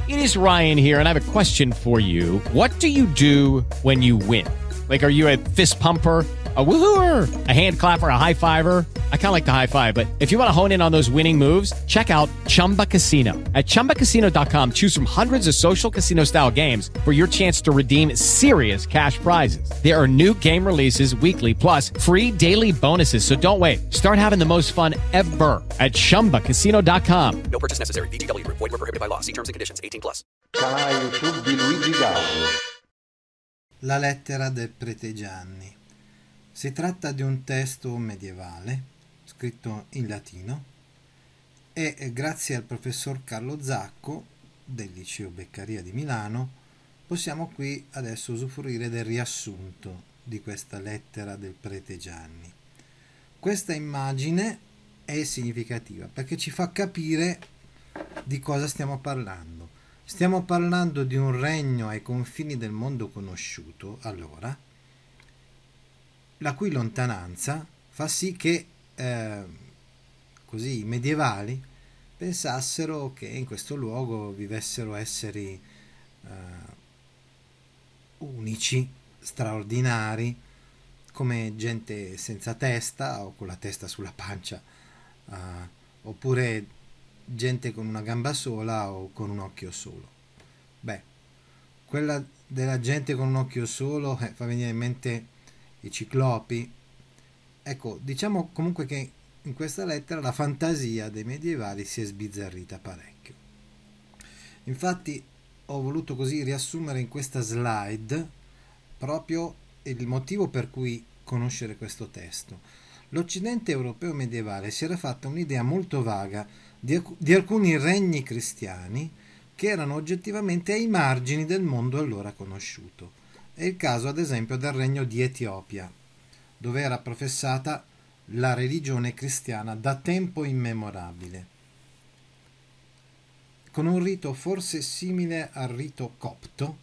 It is Ryan here, and I have a question for you. What do you do when you win? Like, are you a fist pumper, a woohooer, a hand clapper, a high fiver? I kind of like the high five, but if you want to hone in on those winning moves, check out Chumba Casino. At ChumbaCasino.com, choose from hundreds of social casino style games for your chance to redeem serious cash prizes. There are new game releases weekly, plus free daily bonuses. So don't wait. Start having the most fun ever at ChumbaCasino.com. No purchase necessary. VGW Group. Void where prohibited by law. See terms and conditions. 18+. Canale YouTube di Luigi Gaudio. La lettera del prete Gianni. Si tratta di un testo medievale, scritto in latino, e grazie al professor Carlo Zacco del Liceo Beccaria di Milano possiamo qui adesso usufruire del riassunto di questa lettera del prete Gianni. Questa immagine è significativa perché ci fa capire di cosa stiamo parlando. Stiamo parlando di un regno ai confini del mondo conosciuto, allora, la cui lontananza fa sì che così i medievali pensassero che in questo luogo vivessero esseri unici, straordinari, come gente senza testa o con la testa sulla pancia, oppure gente con una gamba sola o con un occhio solo. Beh, quella della gente con un occhio solo fa venire in mente i ciclopi. Ecco, diciamo comunque che in questa lettera la fantasia dei medievali si è sbizzarrita parecchio. Infatti ho voluto così riassumere in questa slide proprio il motivo per cui conoscere questo testo. L'Occidente europeo medievale si era fatta un'idea molto vaga di alcuni regni cristiani che erano oggettivamente ai margini del mondo allora conosciuto. È il caso ad esempio del regno di Etiopia, dove era professata la religione cristiana da tempo immemorabile, con un rito forse simile al rito copto,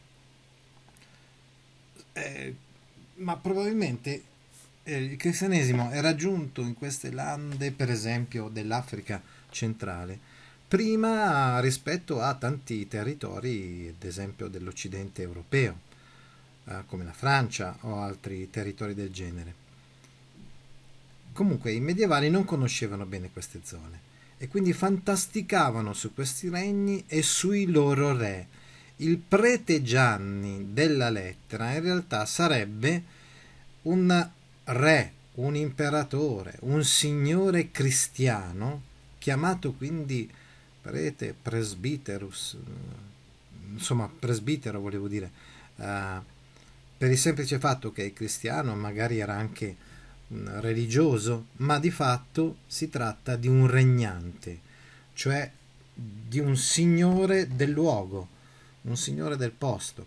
ma probabilmente il cristianesimo era giunto in queste lande, per esempio dell'Africa centrale, prima rispetto a tanti territori, ad esempio dell'Occidente europeo, come la Francia o altri territori del genere. Comunque i medievali non conoscevano bene queste zone e quindi fantasticavano su questi regni e sui loro re. Il prete Gianni della lettera in realtà sarebbe un re, un imperatore, un signore cristiano, chiamato quindi prete, presbiterus, insomma presbitero volevo dire, per il semplice fatto che è cristiano, magari era anche religioso, ma di fatto si tratta di un regnante, cioè di un signore del luogo, un signore del posto.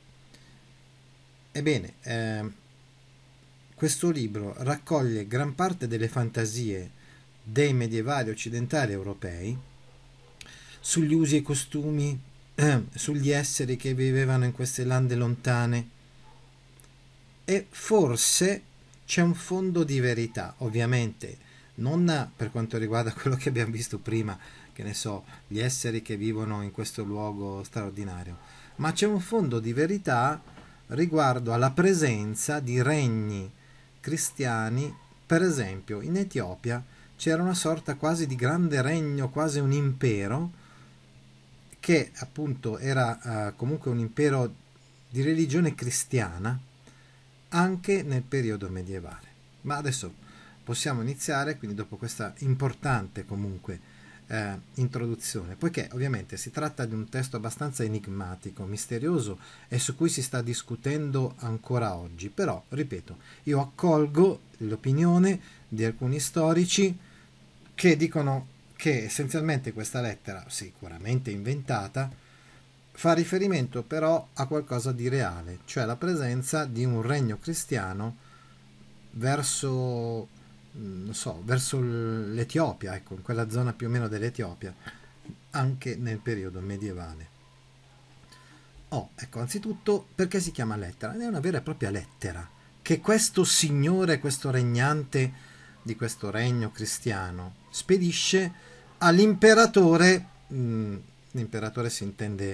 Ebbene, questo libro raccoglie gran parte delle fantasie dei medievali occidentali europei sugli usi e costumi, sugli esseri che vivevano in queste lande lontane, e forse c'è un fondo di verità, ovviamente non per quanto riguarda quello che abbiamo visto prima, che ne so, gli esseri che vivono in questo luogo straordinario, ma c'è un fondo di verità riguardo alla presenza di regni cristiani. Per esempio in Etiopia c'era una sorta quasi di grande regno, quasi un impero, che appunto era comunque un impero di religione cristiana anche nel periodo medievale. Ma adesso possiamo iniziare, quindi dopo questa importante comunque introduzione, poiché ovviamente si tratta di un testo abbastanza enigmatico, misterioso e su cui si sta discutendo ancora oggi. Però, ripeto, io accolgo l'opinione di alcuni storici che dicono che essenzialmente questa lettera, sicuramente inventata, fa riferimento però a qualcosa di reale, cioè la presenza di un regno cristiano verso, non so, verso l'Etiopia, ecco, in quella zona più o meno dell'Etiopia, anche nel periodo medievale. Ecco, anzitutto, perché si chiama lettera? È una vera e propria lettera che questo signore, questo regnante di questo regno cristiano spedisce all'imperatore. L'imperatore si intende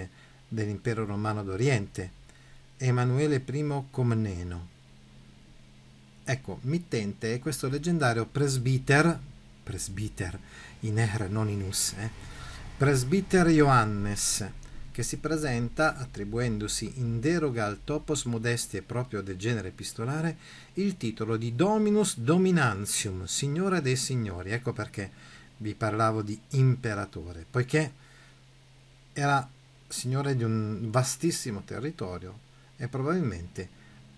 dell'impero romano d'Oriente, Emanuele I Comneno. Ecco, mittente è questo leggendario presbiter in er non in us, presbiter Ioannes, che si presenta attribuendosi in deroga al topos modestie proprio del genere epistolare il titolo di Dominus Dominantium, Signore dei Signori. Ecco perché vi parlavo di imperatore, poiché era signore di un vastissimo territorio e probabilmente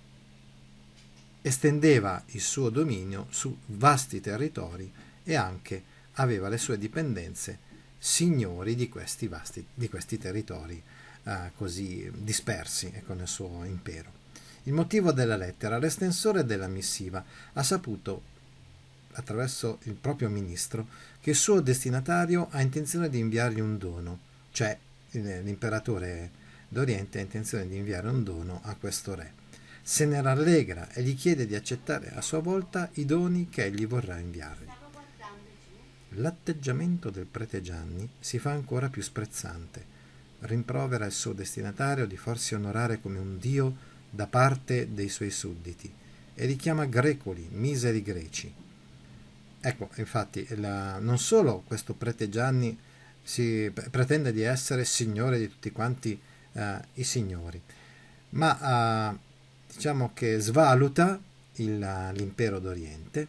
estendeva il suo dominio su vasti territori e anche aveva le sue dipendenze signori di questi territori così dispersi, ecco, nel suo impero. Il motivo della lettera: l'estensore della missiva ha saputo attraverso il proprio ministro che il suo destinatario ha intenzione di inviargli un dono, cioè l'imperatore d'Oriente ha intenzione di inviare un dono a questo re. Se ne rallegra e gli chiede di accettare a sua volta i doni che egli vorrà inviargli. L'atteggiamento del prete Gianni si fa ancora più sprezzante. Rimprovera il suo destinatario di farsi onorare come un dio da parte dei suoi sudditi e richiama Grecoli, miseri greci. Ecco, infatti, non solo questo prete Gianni si pretende di essere signore di tutti quanti i signori, ma diciamo che svaluta l'impero d'Oriente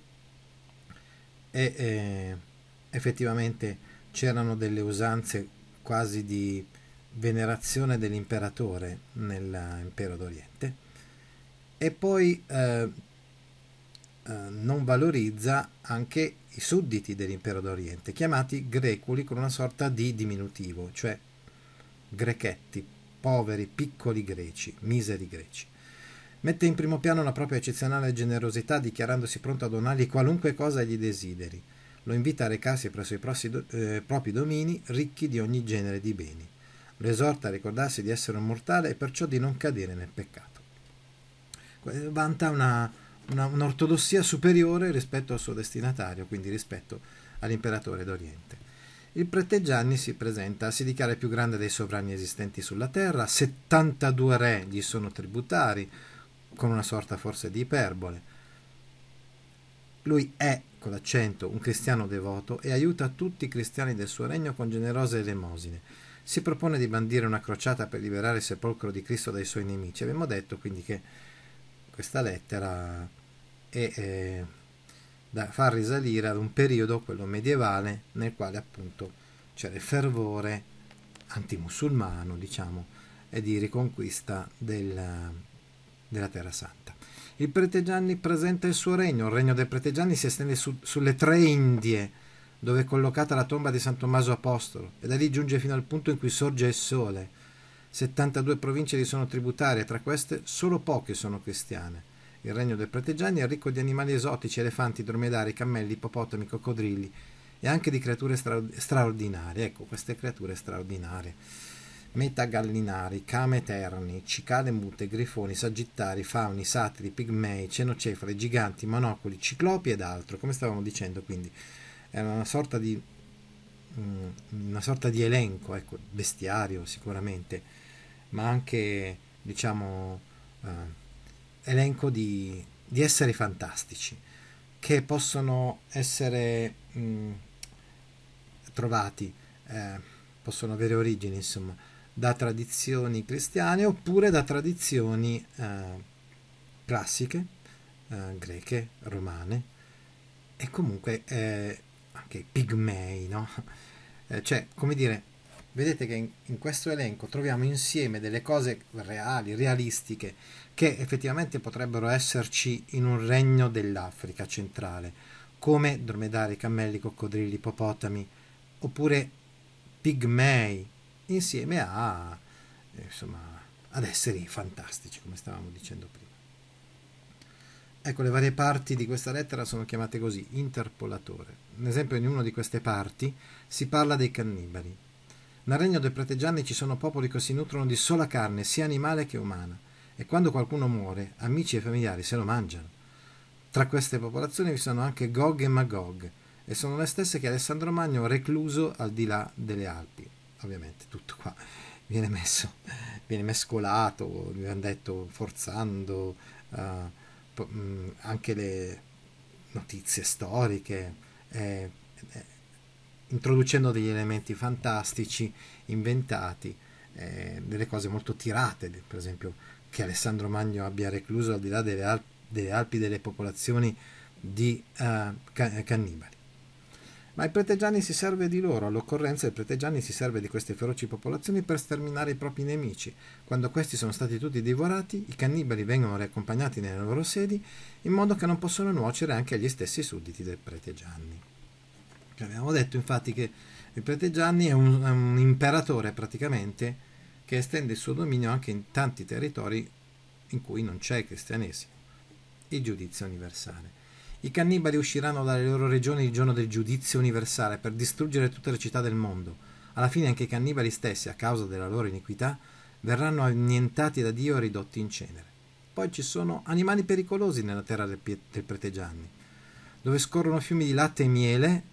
e effettivamente c'erano delle usanze quasi di venerazione dell'imperatore nell'impero d'Oriente, e poi non valorizza anche i sudditi dell'impero d'Oriente, chiamati Greculi con una sorta di diminutivo, cioè grechetti, poveri, piccoli greci, miseri greci. Mette in primo piano la propria eccezionale generosità, dichiarandosi pronto a donargli qualunque cosa egli desideri. Lo invita a recarsi presso i propri domini, ricchi di ogni genere di beni. Lo esorta a ricordarsi di essere un mortale e perciò di non cadere nel peccato. Vanta un'ortodossia superiore rispetto al suo destinatario, quindi rispetto all'imperatore d'Oriente. Il prete Gianni si dichiara il più grande dei sovrani esistenti sulla terra, 72 re gli sono tributari, con una sorta forse di iperbole. Lui è, con l'accento, un cristiano devoto e aiuta tutti i cristiani del suo regno con generose elemosine. Si propone di bandire una crociata per liberare il sepolcro di Cristo dai suoi nemici. Abbiamo detto quindi che questa lettera è da far risalire ad un periodo, quello medievale, nel quale appunto c'era il fervore antimusulmano, diciamo, e di riconquista della Terra Santa. Il prete Gianni presenta il suo regno. Il regno del prete Gianni si estende sulle 3 Indie, dove è collocata la tomba di San Tommaso Apostolo, e da lì giunge fino al punto in cui sorge il sole. 72 province gli sono tributarie, tra queste solo poche sono cristiane. Il regno del prete Gianni è ricco di animali esotici, elefanti, dromedari, cammelli, ippopotami, coccodrilli e anche di creature straordinarie. Ecco, queste creature straordinarie: metagallinari, came eterni, cicale mute, grifoni, sagittari, fauni, satiri, pigmei, cenocefali, giganti, monocoli, ciclopi ed altro. Come stavamo dicendo, quindi era una sorta di elenco, ecco, bestiario sicuramente, ma anche, diciamo, elenco di esseri fantastici che possono essere trovati, possono avere origini, insomma, da tradizioni cristiane oppure da tradizioni classiche, greche, romane, e comunque anche i pigmei, no? Cioè, come dire, vedete che in questo elenco troviamo insieme delle cose reali, realistiche, che effettivamente potrebbero esserci in un regno dell'Africa centrale, come dromedari, cammelli, coccodrilli, ippopotami, oppure pigmei, insieme a, insomma, ad esseri fantastici, come stavamo dicendo prima. Ecco, le varie parti di questa lettera sono chiamate così: interpolatore. Ad esempio, in una di queste parti si parla dei cannibali. Nel regno del prete Gianni ci sono popoli che si nutrono di sola carne, sia animale che umana, e quando qualcuno muore, amici e familiari se lo mangiano. Tra queste popolazioni vi sono anche Gog e Magog, e sono le stesse che Alessandro Magno ha recluso al di là delle Alpi. Ovviamente tutto qua viene mescolato, vi hanno detto forzando anche le notizie storiche, eh, eh, introducendo degli elementi fantastici, inventati, delle cose molto tirate, per esempio che Alessandro Magno abbia recluso al di là delle Alpi delle popolazioni di cannibali. Ma il Prete Gianni si serve di loro, all'occorrenza il Prete Gianni si serve di queste feroci popolazioni per sterminare i propri nemici. Quando questi sono stati tutti divorati, i cannibali vengono riaccompagnati nelle loro sedi, in modo che non possono nuocere anche agli stessi sudditi del Prete Gianni. Abbiamo detto infatti che il Prete Gianni è un imperatore praticamente che estende il suo dominio anche in tanti territori in cui non c'è il cristianesimo. Il giudizio universale. I cannibali usciranno dalle loro regioni il giorno del giudizio universale per distruggere tutte le città del mondo. Alla fine anche i cannibali stessi, a causa della loro iniquità, verranno annientati da Dio e ridotti in cenere. Poi ci sono animali pericolosi nella terra del Prete Gianni, dove scorrono fiumi di latte e miele,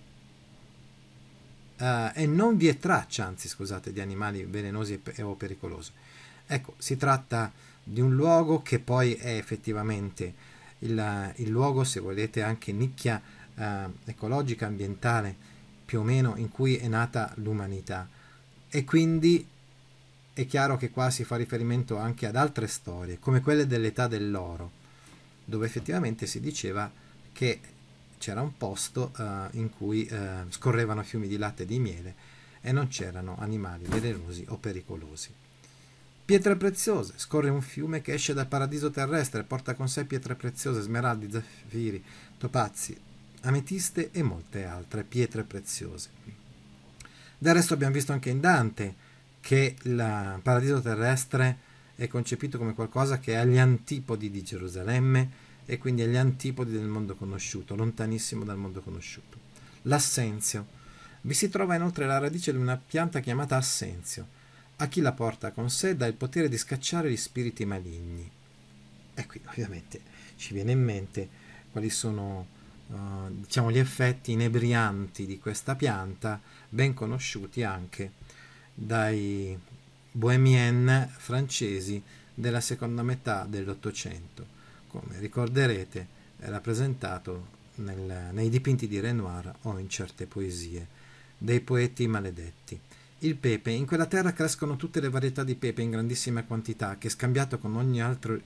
e non vi è traccia, anzi scusate, di animali velenosi o pericolosi. Ecco, si tratta di un luogo che poi è effettivamente il luogo, se volete, anche nicchia ecologica, ambientale, più o meno, in cui è nata l'umanità. E quindi è chiaro che qua si fa riferimento anche ad altre storie, come quelle dell'età dell'oro, dove effettivamente si diceva che c'era un posto in cui scorrevano fiumi di latte e di miele e non c'erano animali velenosi o pericolosi. Pietre preziose. Scorre un fiume che esce dal paradiso terrestre e porta con sé pietre preziose, smeraldi, zaffiri, topazi, ametiste e molte altre pietre preziose. Del resto abbiamo visto anche in Dante che il paradiso terrestre è concepito come qualcosa che è agli antipodi di Gerusalemme e quindi agli antipodi del mondo conosciuto, lontanissimo dal mondo conosciuto. L'assenzio. Vi si trova inoltre la radice di una pianta chiamata assenzio. A chi la porta con sé dà il potere di scacciare gli spiriti maligni. E qui ovviamente ci viene in mente quali sono diciamo gli effetti inebrianti di questa pianta, ben conosciuti anche dai bohemien francesi della seconda metà dell'Ottocento. Come ricorderete è rappresentato nei dipinti di Renoir o in certe poesie dei poeti maledetti. Il pepe. In quella terra crescono tutte le varietà di pepe in grandissima quantità, che è scambiato con ogni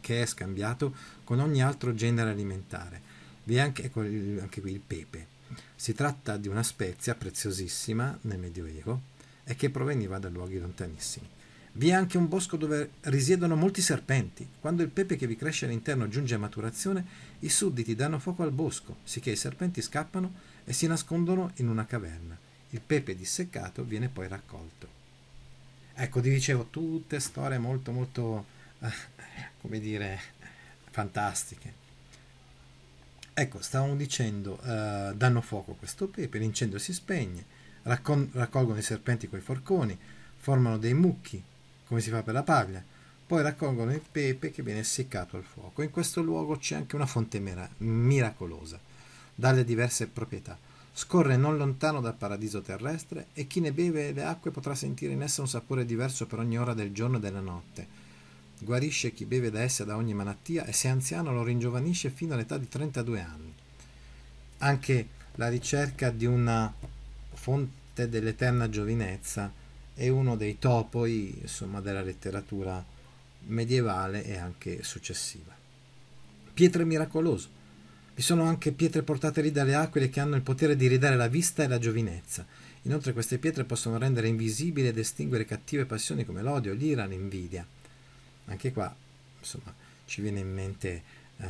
altro genere alimentare. Vi è anche qui il pepe. Si tratta di una spezia preziosissima nel Medioevo e che proveniva da luoghi lontanissimi. Vi è anche un bosco dove risiedono molti serpenti. Quando il pepe che vi cresce all'interno giunge a maturazione, i sudditi danno fuoco al bosco, sicché i serpenti scappano e si nascondono in una caverna. Il pepe disseccato viene poi raccolto. Ecco, vi dicevo, tutte storie molto molto come dire, fantastiche. Ecco, stavamo dicendo, danno fuoco a questo pepe, l'incendio si spegne, raccolgono i serpenti coi forconi, formano dei mucchi, come si fa per la paglia, poi raccolgono il pepe che viene essiccato al fuoco. In questo luogo c'è anche una fonte miracolosa, dalle diverse proprietà. Scorre non lontano dal paradiso terrestre e chi ne beve le acque potrà sentire in essa un sapore diverso per ogni ora del giorno e della notte. Guarisce chi beve da essa da ogni malattia e se è anziano lo ringiovanisce fino all'età di 32 anni. Anche la ricerca di una fonte dell'eterna giovinezza è uno dei topoi, insomma, della letteratura medievale e anche successiva. Pietre miracolose. Vi sono anche pietre portate lì dalle aquile che hanno il potere di ridare la vista e la giovinezza. Inoltre queste pietre possono rendere invisibili ed estinguere cattive passioni come l'odio, l'ira, l'invidia. Anche qua, insomma, ci viene in mente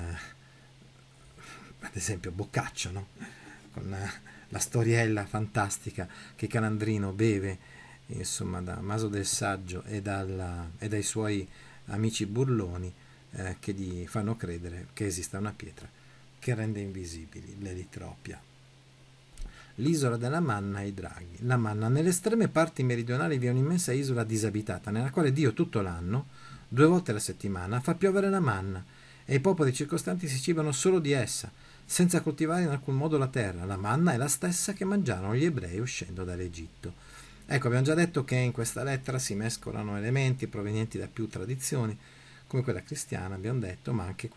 ad esempio Boccaccio, no? Con la storiella fantastica che Calandrino beve, insomma, da Maso del Saggio e dai suoi amici burloni che gli fanno credere che esista una pietra che rende invisibili, l'elitropia. L'isola della manna e i draghi. La manna. Nelle estreme parti meridionali vi è un'immensa isola disabitata, nella quale Dio tutto l'anno, 2 volte alla settimana, fa piovere la manna, e i popoli circostanti si cibano solo di essa, senza coltivare in alcun modo la terra. La manna è la stessa che mangiarono gli ebrei uscendo dall'Egitto. Ecco, abbiamo già detto che in questa lettera si mescolano elementi provenienti da più tradizioni, come quella cristiana, abbiamo detto, ma anche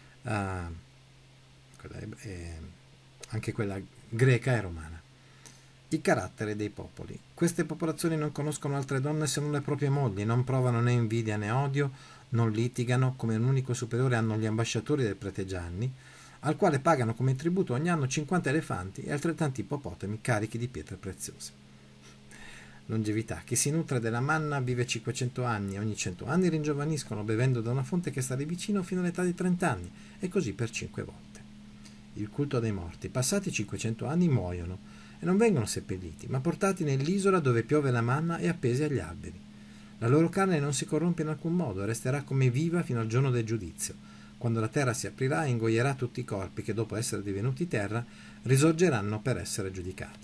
quella, anche quella greca e romana. Il carattere dei popoli. Queste popolazioni non conoscono altre donne se non le proprie mogli, non provano né invidia né odio, non litigano, come un unico superiore hanno gli ambasciatori del prete Gianni, al quale pagano come tributo ogni anno 50 elefanti e altrettanti ippopotami carichi di pietre preziose. Longevità. Chi si nutre della manna vive 500 anni, ogni 100 anni ringiovaniscono bevendo da una fonte che sta lì vicino fino all'età di 30 anni, e così per 5 volte. Il culto dei morti. Passati 500 anni muoiono e non vengono seppelliti, ma portati nell'isola dove piove la manna e appesi agli alberi. La loro carne non si corrompe in alcun modo e resterà come viva fino al giorno del giudizio, quando la terra si aprirà e ingoierà tutti i corpi che, dopo essere divenuti terra, risorgeranno per essere giudicati.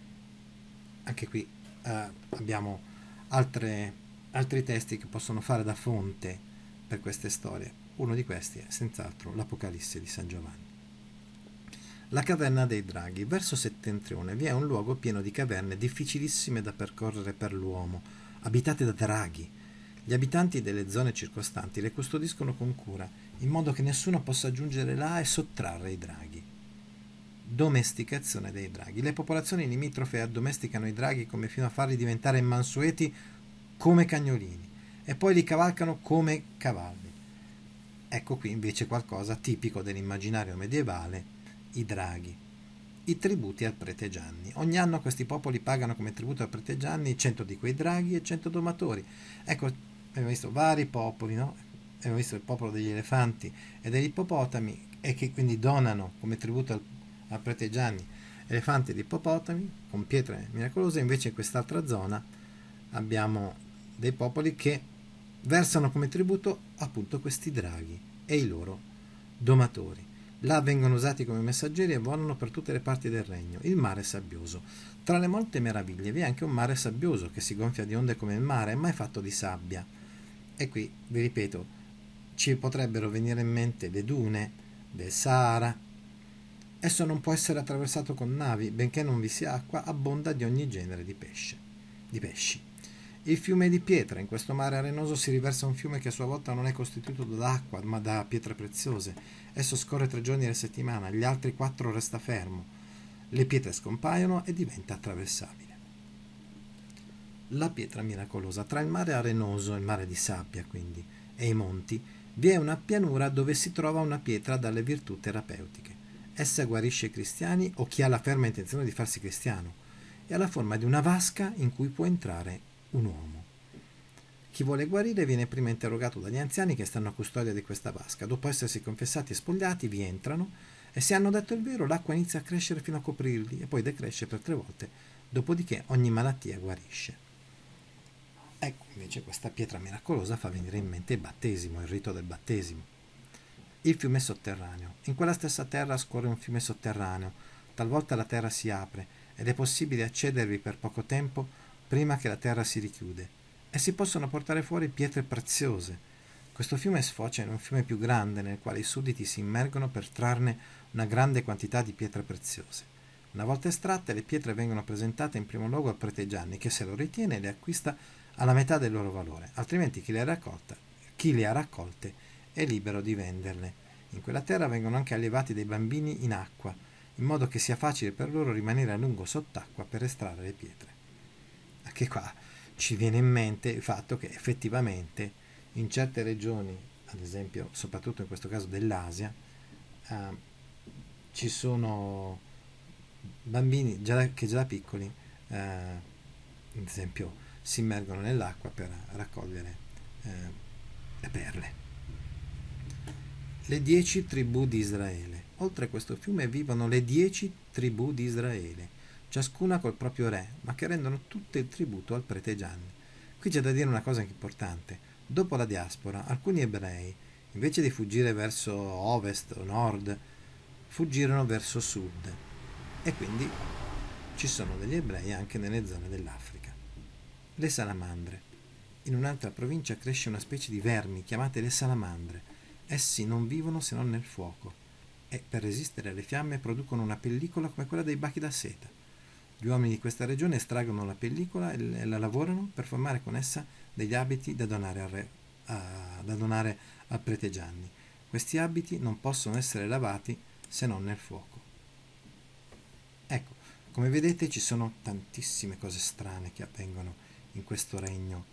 Anche qui abbiamo altri testi che possono fare da fonte per queste storie. Uno di questi è senz'altro l'Apocalisse di San Giovanni. La caverna dei draghi. Verso settentrione vi è un luogo pieno di caverne difficilissime da percorrere per l'uomo, abitate da draghi. Gli abitanti delle zone circostanti le custodiscono con cura, in modo che nessuno possa giungere là e sottrarre i draghi. Domesticazione dei draghi. Le popolazioni limitrofe addomesticano i draghi come fino a farli diventare mansueti come cagnolini e poi li cavalcano come cavalli. Ecco qui invece qualcosa tipico dell'immaginario medievale, i draghi. I tributi al prete Gianni. Ogni anno questi popoli pagano come tributo al prete Gianni 100 di quei draghi e 100 domatori. Ecco, abbiamo visto vari popoli, no? Abbiamo visto il popolo degli elefanti e degli ippopotami, e che quindi donano come tributo al prete Gianni elefanti ed ippopotami con pietre miracolose. Invece in quest'altra zona abbiamo dei popoli che versano come tributo appunto questi draghi e i loro domatori. Là vengono usati come messaggeri e volano per tutte le parti del regno. Il mare sabbioso. Tra le molte meraviglie vi è anche un mare sabbioso che si gonfia di onde come il mare, ma è fatto di sabbia. E qui, vi ripeto, ci potrebbero venire in mente le dune del Sahara. Esso non può essere attraversato con navi, benché non vi sia acqua, abbonda di ogni genere di pesci. Il fiume di pietra. In questo mare arenoso si riversa un fiume che a sua volta non è costituito da acqua, ma da pietre preziose. Esso scorre 3 giorni alla settimana, gli altri 4 resta fermo. Le pietre scompaiono e diventa attraversabile. La pietra miracolosa. Tra il mare arenoso, il mare di sabbia quindi, e i monti, vi è una pianura dove si trova una pietra dalle virtù terapeutiche. Essa guarisce i cristiani o chi ha la ferma intenzione di farsi cristiano, e ha la forma di una vasca in cui può entrare un uomo. Chi vuole guarire viene prima interrogato dagli anziani che stanno a custodia di questa vasca. Dopo essersi confessati e spogliati, vi entrano e se hanno detto il vero, l'acqua inizia a crescere fino a coprirli e poi decresce per 3 volte, dopodiché ogni malattia guarisce. Ecco, invece questa pietra miracolosa fa venire in mente il battesimo, il rito del battesimo. Il fiume sotterraneo. In quella stessa terra scorre un fiume sotterraneo. Talvolta la terra si apre ed è possibile accedervi per poco tempo prima che la terra si richiude, e si possono portare fuori pietre preziose. Questo fiume sfocia in un fiume più grande nel quale i sudditi si immergono per trarne una grande quantità di pietre preziose. Una volta estratte, le pietre vengono presentate in primo luogo al prete Gianni, che se lo ritiene le acquista alla metà del loro valore, altrimenti chi le ha raccolte è libero di venderle. In quella terra vengono anche allevati dei bambini in acqua, in modo che sia facile per loro rimanere a lungo sott'acqua per estrarre le pietre. Anche qua ci viene in mente il fatto che effettivamente in certe regioni, ad esempio soprattutto in questo caso dell'Asia, ci sono bambini che già da piccoli, ad esempio, si immergono nell'acqua per raccogliere le perle. Le 10 tribù di Israele. Oltre questo fiume vivono le 10 tribù di Israele, ciascuna col proprio re, ma che rendono tutto il tributo al prete Gianni. Qui c'è da dire una cosa importante. Dopo la diaspora, alcuni ebrei, invece di fuggire verso ovest o nord, fuggirono verso sud, e quindi ci sono degli ebrei anche nelle zone dell'Africa. Le salamandre. In un'altra provincia cresce una specie di vermi chiamate le salamandre. Essi non vivono se non nel fuoco e per resistere alle fiamme producono una pellicola come quella dei bachi da seta. Gli uomini di questa regione estraggono la pellicola e la lavorano per formare con essa degli abiti da donare al prete Gianni. Questi abiti non possono essere lavati se non nel fuoco. Ecco, come vedete ci sono tantissime cose strane che avvengono in questo regno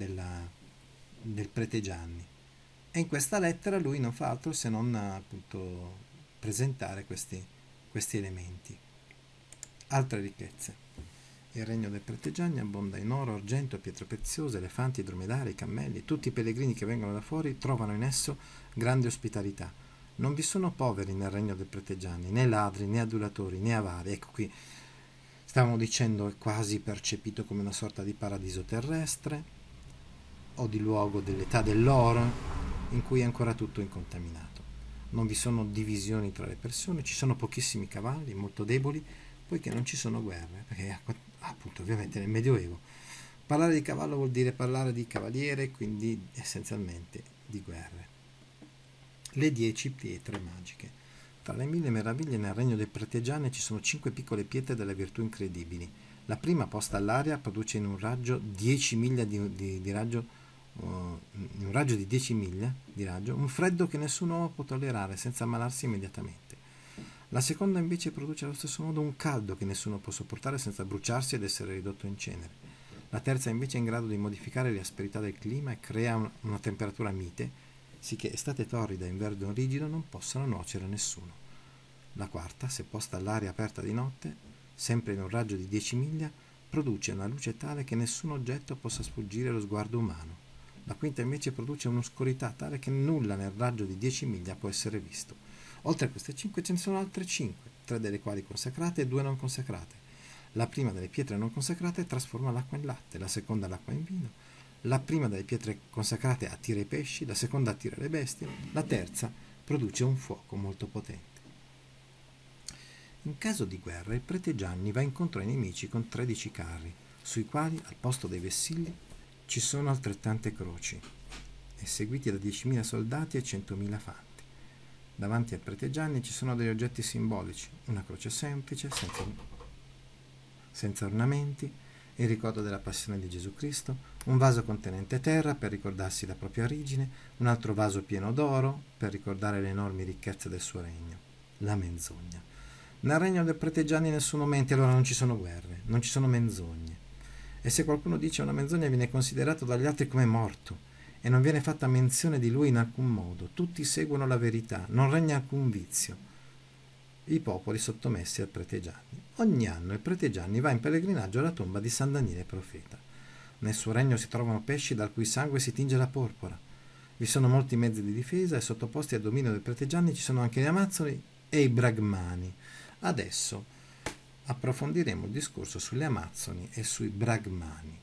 del prete Gianni. E in questa lettera lui non fa altro se non appunto presentare questi elementi. Altre ricchezze. Il regno del prete Gianni abbonda in oro, argento, pietre preziose, elefanti, dromedari, cammelli. Tutti i pellegrini che vengono da fuori trovano in esso grande ospitalità. Non vi sono poveri nel regno del prete Gianni, né ladri, né adulatori, né avari. Ecco qui, stavamo dicendo, è quasi percepito come una sorta di paradiso terrestre o di luogo dell'età dell'oro in cui è ancora tutto incontaminato. Non vi sono divisioni tra le persone, ci sono pochissimi cavalli, molto deboli, poiché non ci sono guerre, perché appunto ovviamente nel Medioevo parlare di cavallo vuol dire parlare di cavaliere, quindi essenzialmente di guerre. Le 10 pietre magiche. Tra le 1000 meraviglie nel regno del prete Gianni ci sono 5 piccole pietre delle virtù incredibili. La prima, posta all'aria, produce in un raggio 10 miglia di raggio, in un raggio di 10 miglia di raggio, un freddo che nessun uomo può tollerare senza ammalarsi immediatamente. La seconda invece produce allo stesso modo un caldo che nessuno può sopportare senza bruciarsi ed essere ridotto in cenere. La terza invece è in grado di modificare le asperità del clima e crea una temperatura mite, sicché estate torrida e inverno rigido non possano nuocere a nessuno. La quarta, se posta all'aria aperta di notte, sempre in un raggio di 10 miglia, produce una luce tale che nessun oggetto possa sfuggire allo sguardo umano. La quinta invece produce un'oscurità tale che nulla nel raggio di 10 miglia può essere visto. Oltre a queste 5 ce ne sono altre 5, 3 delle quali consacrate e 2 non consacrate. La prima delle pietre non consacrate trasforma l'acqua in latte, la seconda l'acqua in vino, la prima delle pietre consacrate attira i pesci, la seconda attira le bestie, la terza produce un fuoco molto potente. In caso di guerra il prete Gianni va incontro ai nemici con 13 carri, sui quali al posto dei vessilli ci sono altrettante croci, e seguiti da 10.000 soldati e 100.000 fanti. Davanti al prete Gianni ci sono degli oggetti simbolici, una croce semplice, senza ornamenti, il ricordo della passione di Gesù Cristo, un vaso contenente terra per ricordarsi la propria origine, un altro vaso pieno d'oro per ricordare le enormi ricchezze del suo regno. La menzogna. Nel regno del prete Gianni nessuno mente, allora non ci sono guerre, non ci sono menzogne. E se qualcuno dice una menzogna viene considerato dagli altri come morto, e non viene fatta menzione di lui in alcun modo. Tutti seguono la verità, non regna alcun vizio. I popoli sottomessi al prete Gianni. Ogni anno il prete Gianni va in pellegrinaggio alla tomba di San Daniele profeta. Nel suo regno si trovano pesci dal cui sangue si tinge la porpora. Vi sono molti mezzi di difesa e sottoposti al dominio del prete Gianni ci sono anche gli Amazzoni e i Brahmani. Adesso approfondiremo il discorso sulle Amazzoni e sui Brahmani.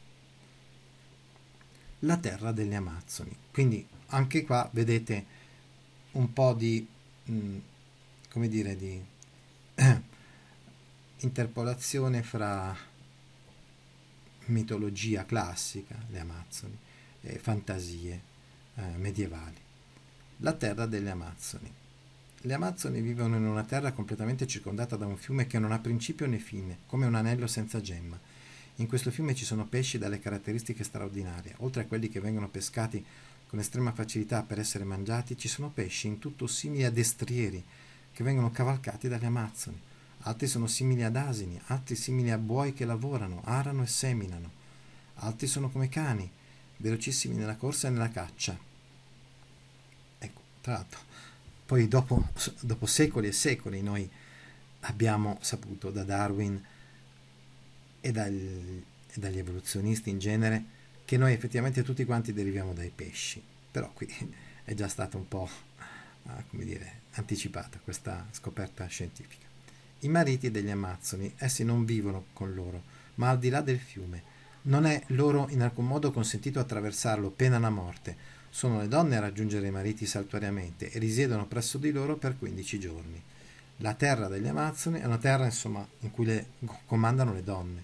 La terra delle Amazzoni. Quindi anche qua vedete un po' di interpolazione fra mitologia classica, le Amazzoni, e fantasie medievali. La terra delle Amazzoni. Le Amazzoni vivono in una terra completamente circondata da un fiume che non ha principio né fine, come un anello senza gemma. In questo fiume ci sono pesci dalle caratteristiche straordinarie. Oltre a quelli che vengono pescati con estrema facilità per essere mangiati, ci sono pesci in tutto simili a destrieri che vengono cavalcati dalle Amazzoni. Altri sono simili ad asini, altri simili a buoi che lavorano, arano e seminano. Altri sono come cani, velocissimi nella corsa e nella caccia. Ecco, tra l'altro, poi dopo secoli e secoli noi abbiamo saputo da Darwin e dagli evoluzionisti in genere che noi effettivamente tutti quanti deriviamo dai pesci, però qui è già stata un po' anticipata questa scoperta scientifica. I mariti degli Amazzoni, essi non vivono con loro, ma al di là del fiume. Non è loro in alcun modo consentito attraversarlo, pena la morte. Sono le donne a raggiungere i mariti saltuariamente e risiedono presso di loro per 15 giorni. La terra degli Amazzoni è una terra, in cui comandano le donne.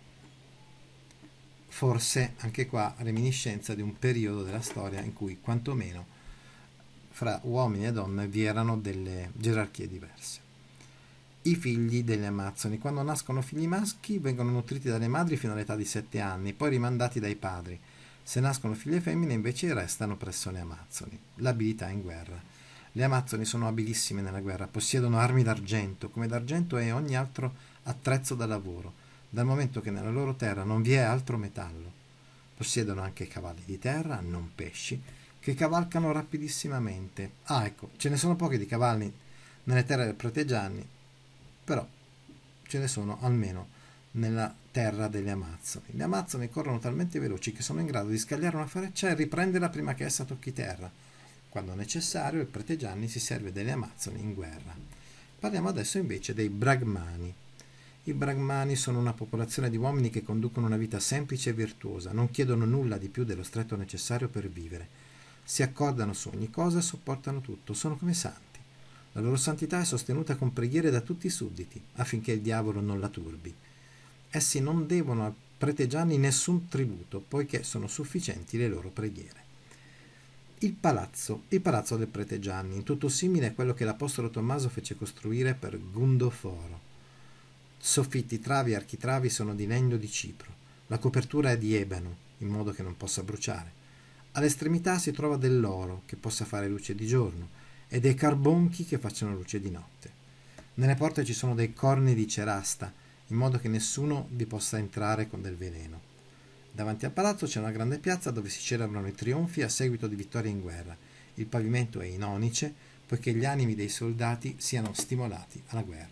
Forse anche qua reminiscenza di un periodo della storia in cui quantomeno fra uomini e donne vi erano delle gerarchie diverse. i figli delle Amazzoni. Quando nascono figli maschi vengono nutriti dalle madri fino all'età di 7 anni, poi rimandati dai padri. Se nascono figlie femmine invece restano presso le Amazzoni. L'abilità in guerra. Le Amazzoni sono abilissime nella guerra, possiedono armi d'argento, come d'argento è ogni altro attrezzo da lavoro, dal momento che nella loro terra non vi è altro metallo. Possiedono anche cavalli di terra, non pesci, che cavalcano rapidissimamente. Ah, ecco, ce ne sono pochi di cavalli nelle terre del Prete Gianni, però ce ne sono almeno nella terra delle Amazzoni. Le Amazzoni corrono talmente veloci che sono in grado di scagliare una freccia e riprenderla prima che essa tocchi terra. Quando necessario, il Prete Gianni si serve delle Amazzoni in guerra. Parliamo adesso invece dei Brahmani. I Brahmani sono una popolazione di uomini che conducono una vita semplice e virtuosa, non chiedono nulla di più dello stretto necessario per vivere. Si accordano su ogni cosa e sopportano tutto, sono come santi. La loro santità è sostenuta con preghiere da tutti i sudditi, affinché il diavolo non la turbi. Essi non devono al Prete Gianni nessun tributo, poiché sono sufficienti le loro preghiere. Il palazzo del Prete Gianni, in tutto simile a quello che l'Apostolo Tommaso fece costruire per Gundoforo. Soffitti, travi e architravi sono di legno di cipro. La copertura è di ebano, in modo che non possa bruciare. All'estremità si trova dell'oro, che possa fare luce di giorno, e dei carbonchi che facciano luce di notte. Nelle porte ci sono dei corni di cerasta, in modo che nessuno vi possa entrare con del veleno. Davanti al palazzo c'è una grande piazza dove si celebrano i trionfi a seguito di vittorie in guerra. Il pavimento è in onice, poiché gli animi dei soldati siano stimolati alla guerra.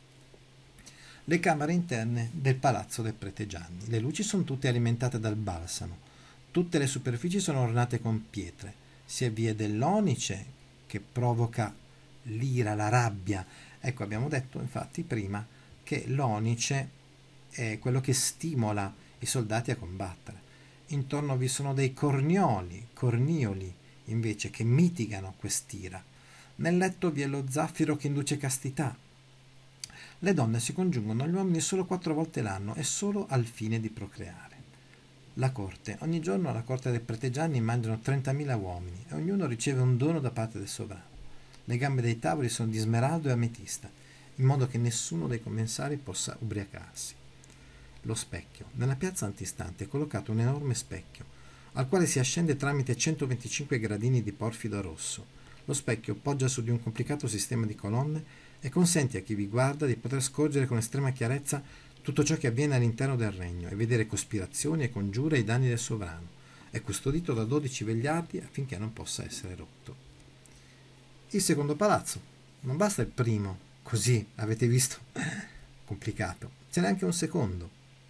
Le camere interne del palazzo del Prete Gianni. Le luci sono tutte alimentate dal balsamo. Tutte le superfici sono ornate con pietre. Si avvia dell'onice, che provoca l'ira, la rabbia. Ecco, abbiamo detto infatti prima che l'onice è quello che stimola i soldati a combattere. Intorno vi sono dei cornioli invece, che mitigano quest'ira. Nel letto vi è lo zaffiro che induce castità. Le donne si congiungono agli uomini solo 4 volte l'anno e solo al fine di procreare. La corte. Ogni giorno alla corte del Prete Gianni mangiano 30.000 uomini e ognuno riceve un dono da parte del sovrano. Le gambe dei tavoli sono di smeraldo e ametista, in modo che nessuno dei commensali possa ubriacarsi. Lo specchio. Nella piazza antistante è collocato un enorme specchio, al quale si ascende tramite 125 gradini di porfido rosso. Lo specchio poggia su di un complicato sistema di colonne e consente a chi vi guarda di poter scorgere con estrema chiarezza tutto ciò che avviene all'interno del regno e vedere cospirazioni e congiure ai danni del sovrano. È custodito da 12 vegliardi affinché non possa essere rotto. Il secondo palazzo. Non basta il primo, così, avete visto? Complicato. Ce n'è anche un secondo,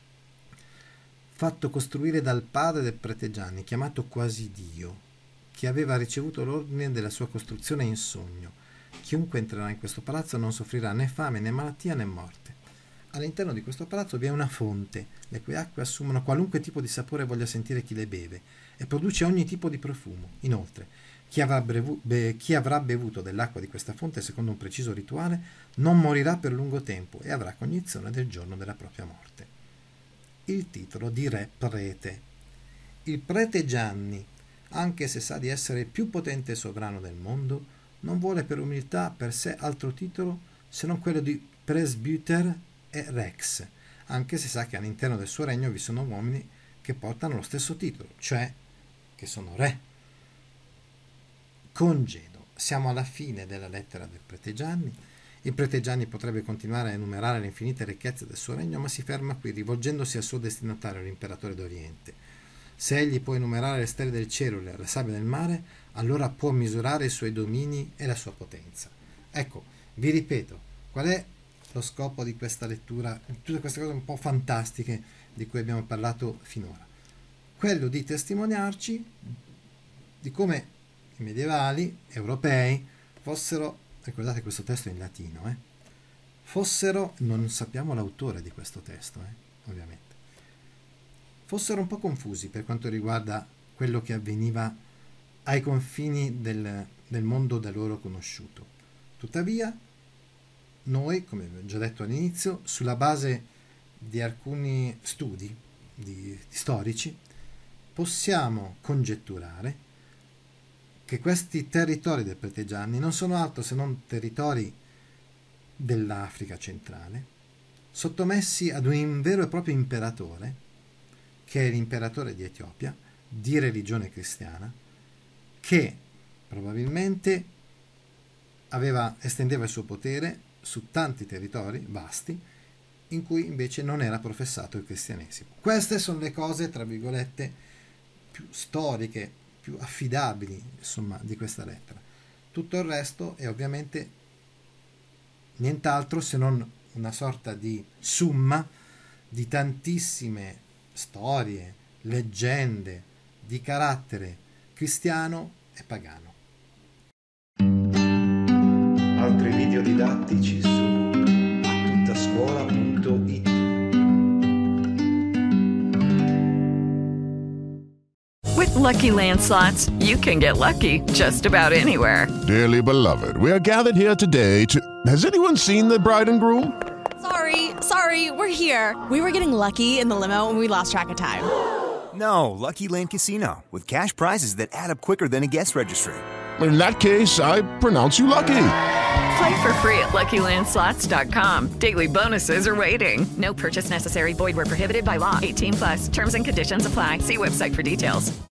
fatto costruire dal padre del Prete Gianni, chiamato Quasi Dio, che aveva ricevuto l'ordine della sua costruzione in sogno. Chiunque entrerà in questo palazzo non soffrirà né fame, né malattia, né morte. All'interno di questo palazzo vi è una fonte, le cui acque assumono qualunque tipo di sapore voglia sentire chi le beve, e produce ogni tipo di profumo. Inoltre, chi avrà bevuto dell'acqua di questa fonte secondo un preciso rituale non morirà per lungo tempo e avrà cognizione del giorno della propria morte. Il titolo di re prete. Il Prete Gianni, anche se sa di essere il più potente sovrano del mondo, non vuole per umiltà per sé altro titolo se non quello di presbyter e rex, anche se sa che all'interno del suo regno vi sono uomini che portano lo stesso titolo, cioè che sono re. Congedo. Siamo alla fine della lettera del Prete Gianni. Il Prete Gianni potrebbe continuare a enumerare le infinite ricchezze del suo regno, ma si ferma qui, rivolgendosi al suo destinatario, l'imperatore d'Oriente. Se egli può enumerare le stelle del cielo e la sabbia del mare, allora può misurare i suoi domini e la sua potenza. Ecco, vi ripeto, qual è lo scopo di questa lettura, di tutte queste cose un po' fantastiche di cui abbiamo parlato finora? Quello di testimoniarci di come i medievali europei fossero, ricordate questo testo è in latino, fossero, non sappiamo l'autore di questo testo, ovviamente, fossero un po' confusi per quanto riguarda quello che avveniva ai confini del mondo da loro conosciuto. Tuttavia, noi, come vi ho già detto all'inizio, sulla base di alcuni studi storici, possiamo congetturare che questi territori del Prete Gianni non sono altro se non territori dell'Africa centrale, sottomessi ad un vero e proprio imperatore, che è l'imperatore di Etiopia, di religione cristiana, che probabilmente estendeva il suo potere su tanti territori vasti in cui invece non era professato il cristianesimo. Queste sono le cose, tra virgolette, più storiche, più affidabili, insomma, di questa lettera. Tutto il resto è ovviamente nient'altro se non una sorta di summa di tantissime storie, leggende di carattere cristiano e pagano. Altri video didattici su atuttascuola.it. With Lucky Land Slots, you can get lucky just about anywhere. Dearly beloved, we are gathered here today to... Has anyone seen the bride and groom? Sorry, we're here. We were getting lucky in the limo and we lost track of time. No, Lucky Land Casino, with cash prizes that add up quicker than a guest registry. In that case, I pronounce you lucky. Play for free at LuckyLandSlots.com. Daily bonuses are waiting. No purchase necessary. Void where prohibited by law. 18+. Terms and conditions apply. See website for details.